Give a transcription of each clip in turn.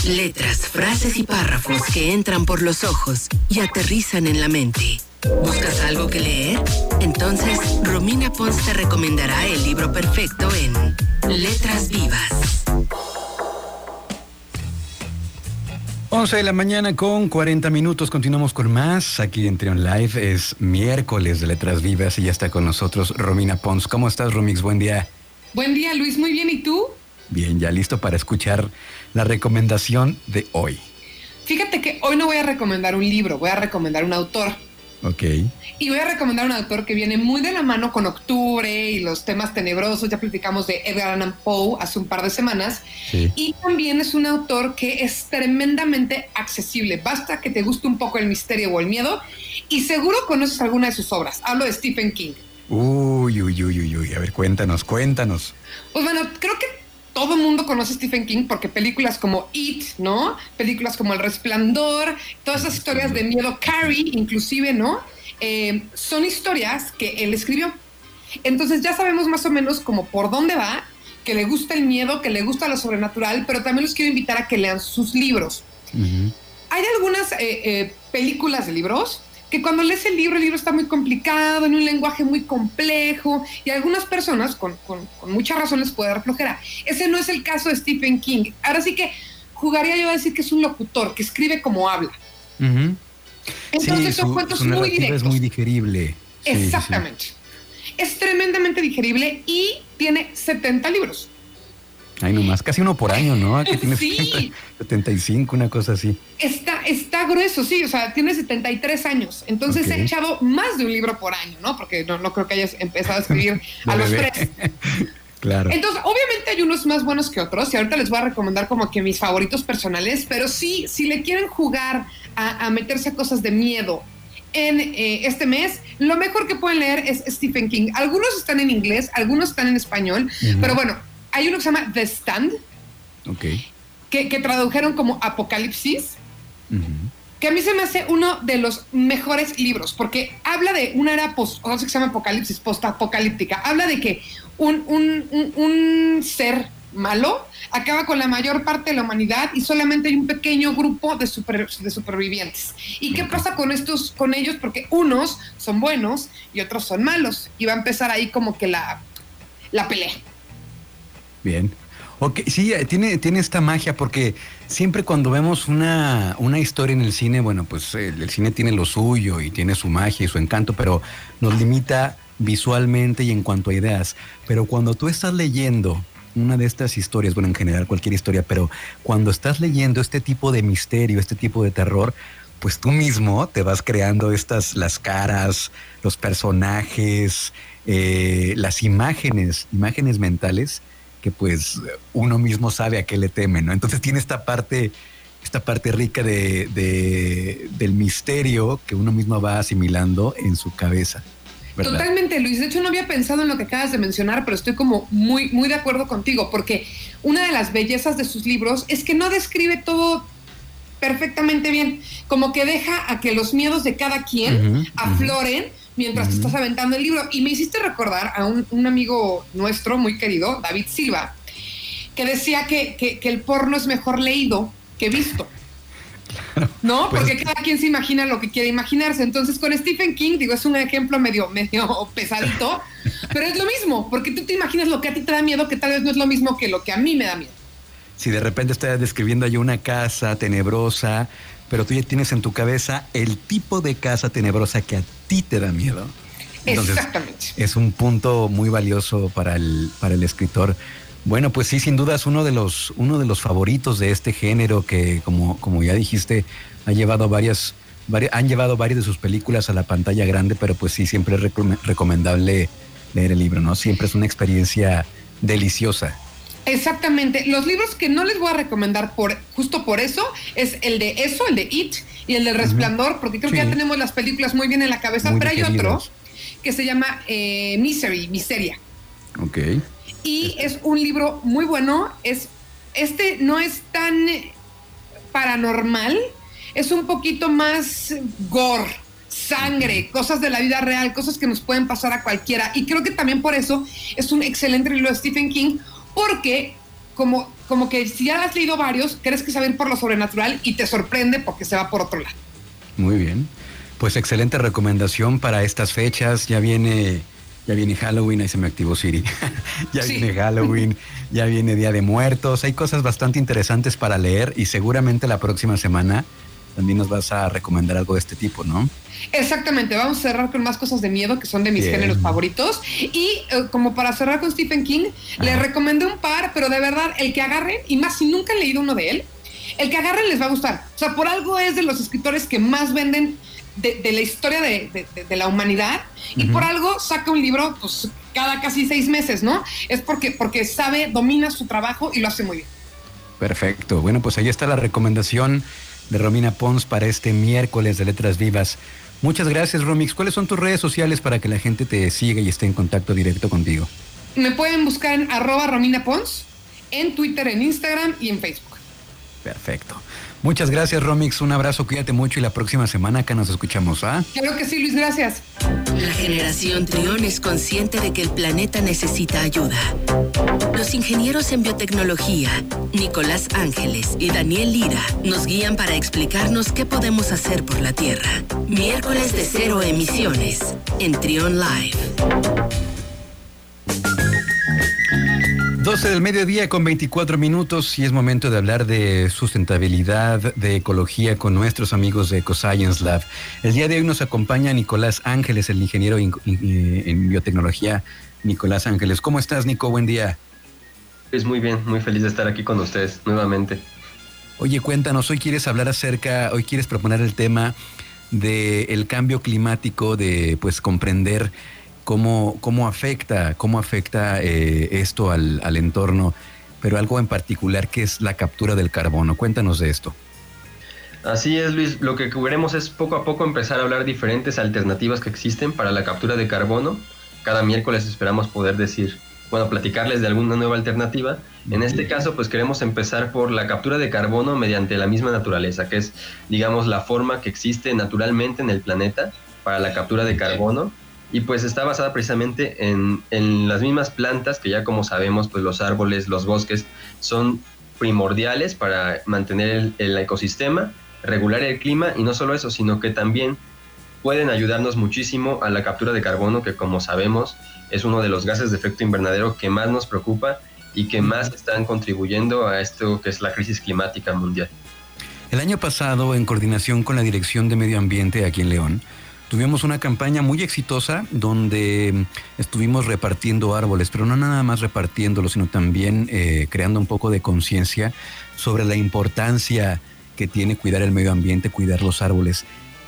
Letras, frases y párrafos que entran por los ojos y aterrizan en la mente. ¿Buscas algo que leer? Entonces, Romina Pons te recomendará el libro perfecto en Letras Vivas. 11 de la mañana con 40 minutos. Continuamos con más aquí en Trion Live. Es miércoles de Letras Vivas y ya está con nosotros Romina Pons. ¿Cómo estás, Romix? Buen día. Buen día, Luis. Muy bien. ¿Y tú? Bien, ya listo para escuchar la recomendación de hoy. Fíjate que hoy no voy a recomendar un libro, voy a recomendar un autor. Ok. Y voy a recomendar un autor que viene muy de la mano con octubre y los temas tenebrosos. Ya platicamos de Edgar Allan Poe hace un par de semanas. Sí. Y también es un autor que es tremendamente accesible. Basta que te guste un poco el misterio o el miedo y seguro conoces alguna de sus obras. Hablo de Stephen King. Uy. A ver, cuéntanos. Pues bueno, creo que todo el mundo conoce a Stephen King porque películas como It, ¿no? Películas como El Resplandor, todas esas historias de miedo, Carrie, inclusive, ¿no? Son historias que él escribió. Entonces ya sabemos más o menos como por dónde va, que le gusta el miedo, que le gusta lo sobrenatural, pero también los quiero invitar a que lean sus libros. Uh-huh. Hay algunas películas de libros que cuando lees el libro está muy complicado, en un lenguaje muy complejo, y a algunas personas, con muchas razones, puede dar flojera. Ese no es el caso de Stephen King. Ahora sí que jugaría yo a decir que es un locutor, que escribe como habla. Uh-huh. Entonces sí, son cuentos su muy directos. Es muy digerible. Exactamente. Sí. Es tremendamente digerible y tiene 70 libros. Ay, nomás, casi uno por año, ¿no? Que tiene Sí. 75, una cosa así. Está grueso, sí, o sea, tiene 73 años. Entonces Okay. ha echado más de un libro por año, ¿no? Porque no creo que hayas empezado a escribir a los 3. Claro. Entonces, obviamente hay unos más buenos que otros y ahorita les voy a recomendar como que mis favoritos personales, pero sí, si le quieren jugar a meterse a cosas de miedo en este mes, lo mejor que pueden leer es Stephen King. Algunos están en inglés, algunos están en español, pero bueno, hay uno que se llama The Stand, que tradujeron como Apocalipsis, que a mí se me hace uno de los mejores libros, porque habla de una era que se llama Apocalipsis, postapocalíptica. Habla de que un ser malo acaba con la mayor parte de la humanidad y solamente hay un pequeño grupo de supervivientes. ¿Y qué pasa con ellos? Porque unos son buenos y otros son malos. Y va a empezar ahí como que la pelea. Bien. Okay, sí, tiene esta magia porque siempre cuando vemos una historia en el cine, bueno, pues el cine tiene lo suyo y tiene su magia y su encanto, pero nos limita visualmente y en cuanto a ideas. Pero cuando tú estás leyendo una de estas historias, bueno, en general cualquier historia, pero cuando estás leyendo este tipo de misterio, este tipo de terror, pues tú mismo te vas creando las caras, los personajes, las imágenes mentales, que pues uno mismo sabe a qué le teme, ¿no? Entonces tiene esta parte rica del misterio que uno mismo va asimilando en su cabeza, ¿verdad? Totalmente, Luis. De hecho, no había pensado en lo que acabas de mencionar, pero estoy como muy, muy de acuerdo contigo, porque una de las bellezas de sus libros es que no describe todo perfectamente bien, como que deja a que los miedos de cada quien afloren mientras te estás aventando el libro. Y me hiciste recordar a un amigo nuestro muy querido, David Silva, que decía que el porno es mejor leído que visto. ¿No? Pues, porque cada quien se imagina lo que quiere imaginarse. Entonces, con Stephen King, digo, es un ejemplo medio pesadito, pero es lo mismo, porque tú te imaginas lo que a ti te da miedo, que tal vez no es lo mismo que lo que a mí me da miedo. Si de repente estás describiendo ahí una casa tenebrosa, pero tú ya tienes en tu cabeza el tipo de casa tenebrosa que a ti te da miedo. Entonces, exactamente. Es un punto muy valioso para el escritor. Bueno, pues sí, sin duda es uno de los favoritos de este género que, como ya dijiste, han llevado varias de sus películas a la pantalla grande, pero pues sí, siempre es recomendable leer el libro, ¿no? Siempre es una experiencia deliciosa. Exactamente. Los libros que no les voy a recomendar justo por eso es el de It y el de Resplandor, porque creo que ya tenemos las películas muy bien en la cabeza, pero hay otro que se llama Miseria. Ok. Y es un libro muy bueno. No es tan paranormal, es un poquito más gore, sangre, cosas de la vida real, cosas que nos pueden pasar a cualquiera. Y creo que también por eso es un excelente libro de Stephen King, porque como que si ya has leído varios, crees que se va a ir por lo sobrenatural y te sorprende porque se va por otro lado. Muy bien. Pues excelente recomendación para estas fechas. Ya viene Halloween, ahí se me activó Siri. Viene Halloween, ya viene Día de Muertos. Hay cosas bastante interesantes para leer y seguramente la próxima semana también nos vas a recomendar algo de este tipo, ¿no? Exactamente, vamos a cerrar con más cosas de miedo, que son de mis géneros favoritos. Y como para cerrar con Stephen King, les recomendé un par, pero de verdad, el que agarren, y más si nunca han leído uno de él, el que agarren les va a gustar. O sea, por algo es de los escritores que más venden de la historia de la humanidad, y por algo saca un libro pues cada casi 6 meses, ¿no? Es porque domina su trabajo y lo hace muy bien. Perfecto. Bueno, pues ahí está la recomendación de Romina Pons para este miércoles de Letras Vivas. Muchas gracias, Romix. ¿Cuáles son tus redes sociales para que la gente te siga y esté en contacto directo contigo? Me pueden buscar en @RominaPons, en Twitter, en Instagram y en Facebook. Perfecto. Muchas gracias, Romix. Un abrazo, cuídate mucho y la próxima semana acá nos escuchamos, ¿ah? Claro que sí, Luis, gracias. La generación Trión es consciente de que el planeta necesita ayuda. Los ingenieros en biotecnología, Nicolás Ángeles y Daniel Lira, nos guían para explicarnos qué podemos hacer por la Tierra. Miércoles de Cero Emisiones, en Trión Live. 12 del mediodía con 24 minutos y es momento de hablar de sustentabilidad, de ecología con nuestros amigos de EcoScience Lab. El día de hoy nos acompaña Nicolás Ángeles, el ingeniero en biotecnología. Nicolás Ángeles, ¿cómo estás, Nico? Buen día. Pues muy bien, muy feliz de estar aquí con ustedes nuevamente. Oye, cuéntanos, hoy quieres proponer el tema del cambio climático, de pues comprender cómo afecta esto al entorno, pero algo en particular que es la captura del carbono. Cuéntanos de esto. Así es, Luis. Lo que queremos es poco a poco empezar a hablar diferentes alternativas que existen para la captura de carbono. Cada miércoles esperamos poder platicarles de alguna nueva alternativa. En este caso, pues queremos empezar por la captura de carbono mediante la misma naturaleza, que es, digamos, la forma que existe naturalmente en el planeta para la captura de carbono. Y pues está basada precisamente en las mismas plantas que ya como sabemos, pues los árboles, los bosques son primordiales para mantener el ecosistema, regular el clima y no solo eso, sino que también pueden ayudarnos muchísimo a la captura de carbono, que como sabemos es uno de los gases de efecto invernadero que más nos preocupa y que más están contribuyendo a esto que es la crisis climática mundial. El año pasado, en coordinación con la Dirección de Medio Ambiente aquí en León, tuvimos una campaña muy exitosa donde estuvimos repartiendo árboles, pero no nada más repartiéndolos, sino también creando un poco de conciencia sobre la importancia que tiene cuidar el medio ambiente, cuidar los árboles.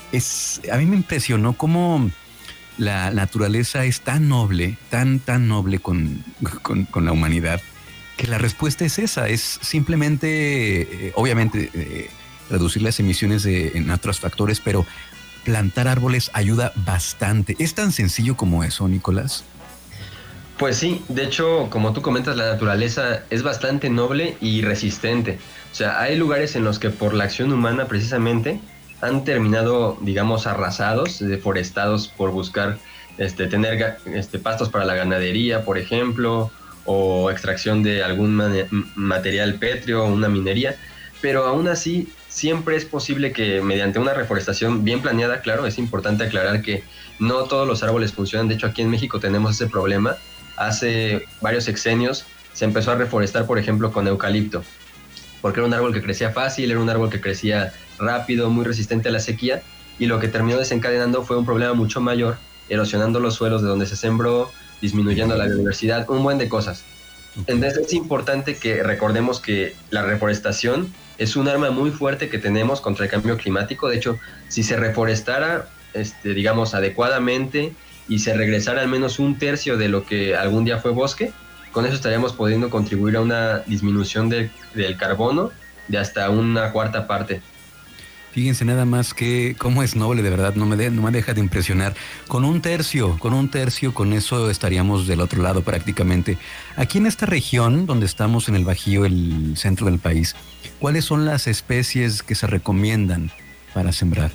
A mí me impresionó cómo la naturaleza es tan noble, tan noble con la humanidad, que la respuesta es esa, es simplemente, obviamente, reducir las emisiones en otros factores, pero plantar árboles ayuda bastante. ¿Es tan sencillo como eso, Nicolás? Pues sí, de hecho, como tú comentas, la naturaleza es bastante noble y resistente. O sea, hay lugares en los que por la acción humana precisamente han terminado, digamos, arrasados, deforestados por buscar tener pastos para la ganadería, por ejemplo, o extracción de algún material pétreo, una minería, pero aún así siempre es posible que mediante una reforestación bien planeada, claro, es importante aclarar que no todos los árboles funcionan. De hecho, aquí en México tenemos ese problema. Hace varios sexenios se empezó a reforestar, por ejemplo, con eucalipto, porque era un árbol que crecía fácil, era un árbol que crecía rápido, muy resistente a la sequía, y lo que terminó desencadenando fue un problema mucho mayor, erosionando los suelos de donde se sembró, disminuyendo la biodiversidad, un buen de cosas. Entonces es importante que recordemos que la reforestación es un arma muy fuerte que tenemos contra el cambio climático. De hecho, si se reforestara, digamos, adecuadamente y se regresara al menos 1/3 de lo que algún día fue bosque, con eso estaríamos pudiendo contribuir a una disminución del carbono de hasta 1/4 parte. Fíjense nada más que cómo es noble, de verdad, no me deja de impresionar. Con un tercio, con eso estaríamos del otro lado prácticamente. Aquí en esta región, donde estamos en el Bajío, el centro del país, ¿cuáles son las especies que se recomiendan para sembrar?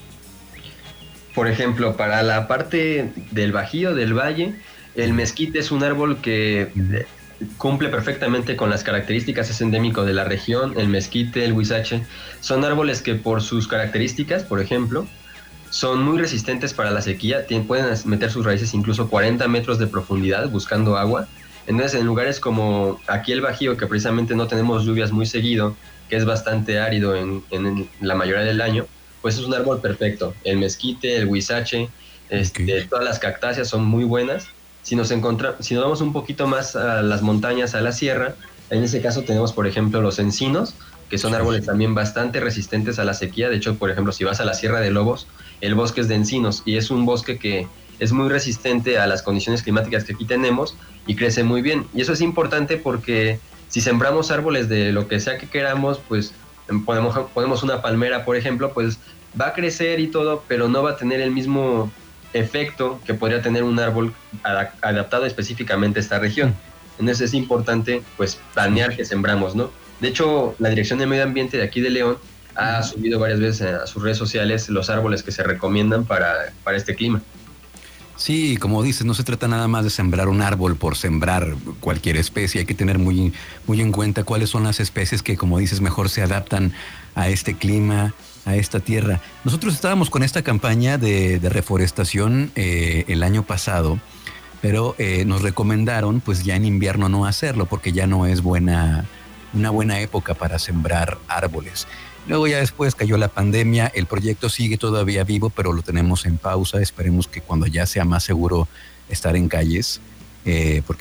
Por ejemplo, para la parte del Bajío, del Valle, el mezquite es un árbol que cumple perfectamente con las características, es endémico de la región, el mezquite, el huizache. Son árboles que por sus características, por ejemplo, son muy resistentes para la sequía, pueden meter sus raíces incluso 40 metros de profundidad buscando agua. Entonces, en lugares como aquí el Bajío, que precisamente no tenemos lluvias muy seguido, que es bastante árido en la mayoría del año, pues es un árbol perfecto. El mezquite, el huizache, todas las cactáceas son muy buenas. Si nos vamos un poquito más a las montañas, a la sierra, en ese caso tenemos, por ejemplo, los encinos, que son árboles también bastante resistentes a la sequía. De hecho, por ejemplo, si vas a la Sierra de Lobos, el bosque es de encinos y es un bosque que es muy resistente a las condiciones climáticas que aquí tenemos y crece muy bien. Y eso es importante porque si sembramos árboles de lo que sea que queramos, pues ponemos una palmera, por ejemplo, pues va a crecer y todo, pero no va a tener el mismo efecto que podría tener un árbol adaptado específicamente a esta región. Entonces es importante pues planear que sembramos, ¿no? De hecho, la Dirección de Medio Ambiente de aquí de León ha subido varias veces a sus redes sociales los árboles que se recomiendan para este clima. Sí, como dices, no se trata nada más de sembrar un árbol por sembrar cualquier especie. Hay que tener muy, muy en cuenta cuáles son las especies que, como dices, mejor se adaptan a este clima, a esta tierra. Nosotros estábamos con esta campaña de reforestación el año pasado, pero nos recomendaron pues ya en invierno no hacerlo porque ya no es una buena época para sembrar árboles. Luego ya después cayó la pandemia, el proyecto sigue todavía vivo, pero lo tenemos en pausa. Esperemos que cuando ya sea más seguro estar en calles, porque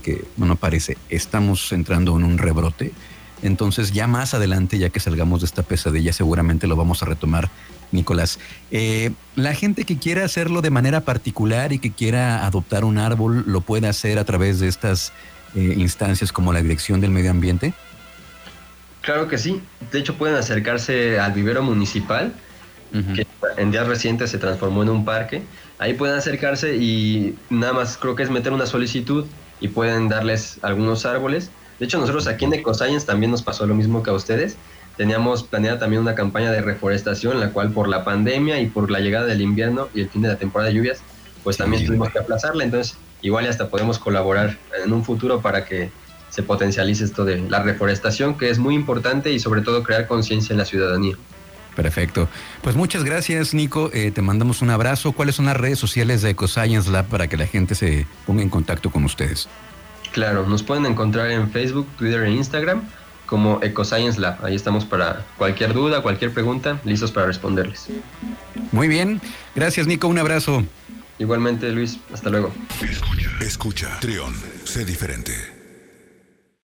estamos entrando en un rebrote. Entonces ya más adelante, ya que salgamos de esta pesadilla, seguramente lo vamos a retomar, Nicolás. La gente que quiera hacerlo de manera particular y que quiera adoptar un árbol, ¿lo puede hacer a través de estas instancias como la Dirección del Medio Ambiente? Claro que sí. De hecho, pueden acercarse al vivero municipal, que en días recientes se transformó en un parque. Ahí pueden acercarse y nada más creo que es meter una solicitud y pueden darles algunos árboles. De hecho, nosotros aquí en EcoScience también nos pasó lo mismo que a ustedes. Teníamos planeada también una campaña de reforestación, la cual por la pandemia y por la llegada del invierno y el fin de la temporada de lluvias, pues también tuvimos que aplazarla. Entonces, igual y hasta podemos colaborar en un futuro para que se potencialice esto de la reforestación, que es muy importante, y sobre todo crear conciencia en la ciudadanía. Perfecto. Pues muchas gracias, Nico. Te mandamos un abrazo. ¿Cuáles son las redes sociales de EcoScience Lab para que la gente se ponga en contacto con ustedes? Claro, nos pueden encontrar en Facebook, Twitter e Instagram como EcoScience Lab. Ahí estamos para cualquier duda, cualquier pregunta, listos para responderles. Muy bien. Gracias, Nico. Un abrazo. Igualmente, Luis. Hasta luego. Escucha. Trión. Sé diferente.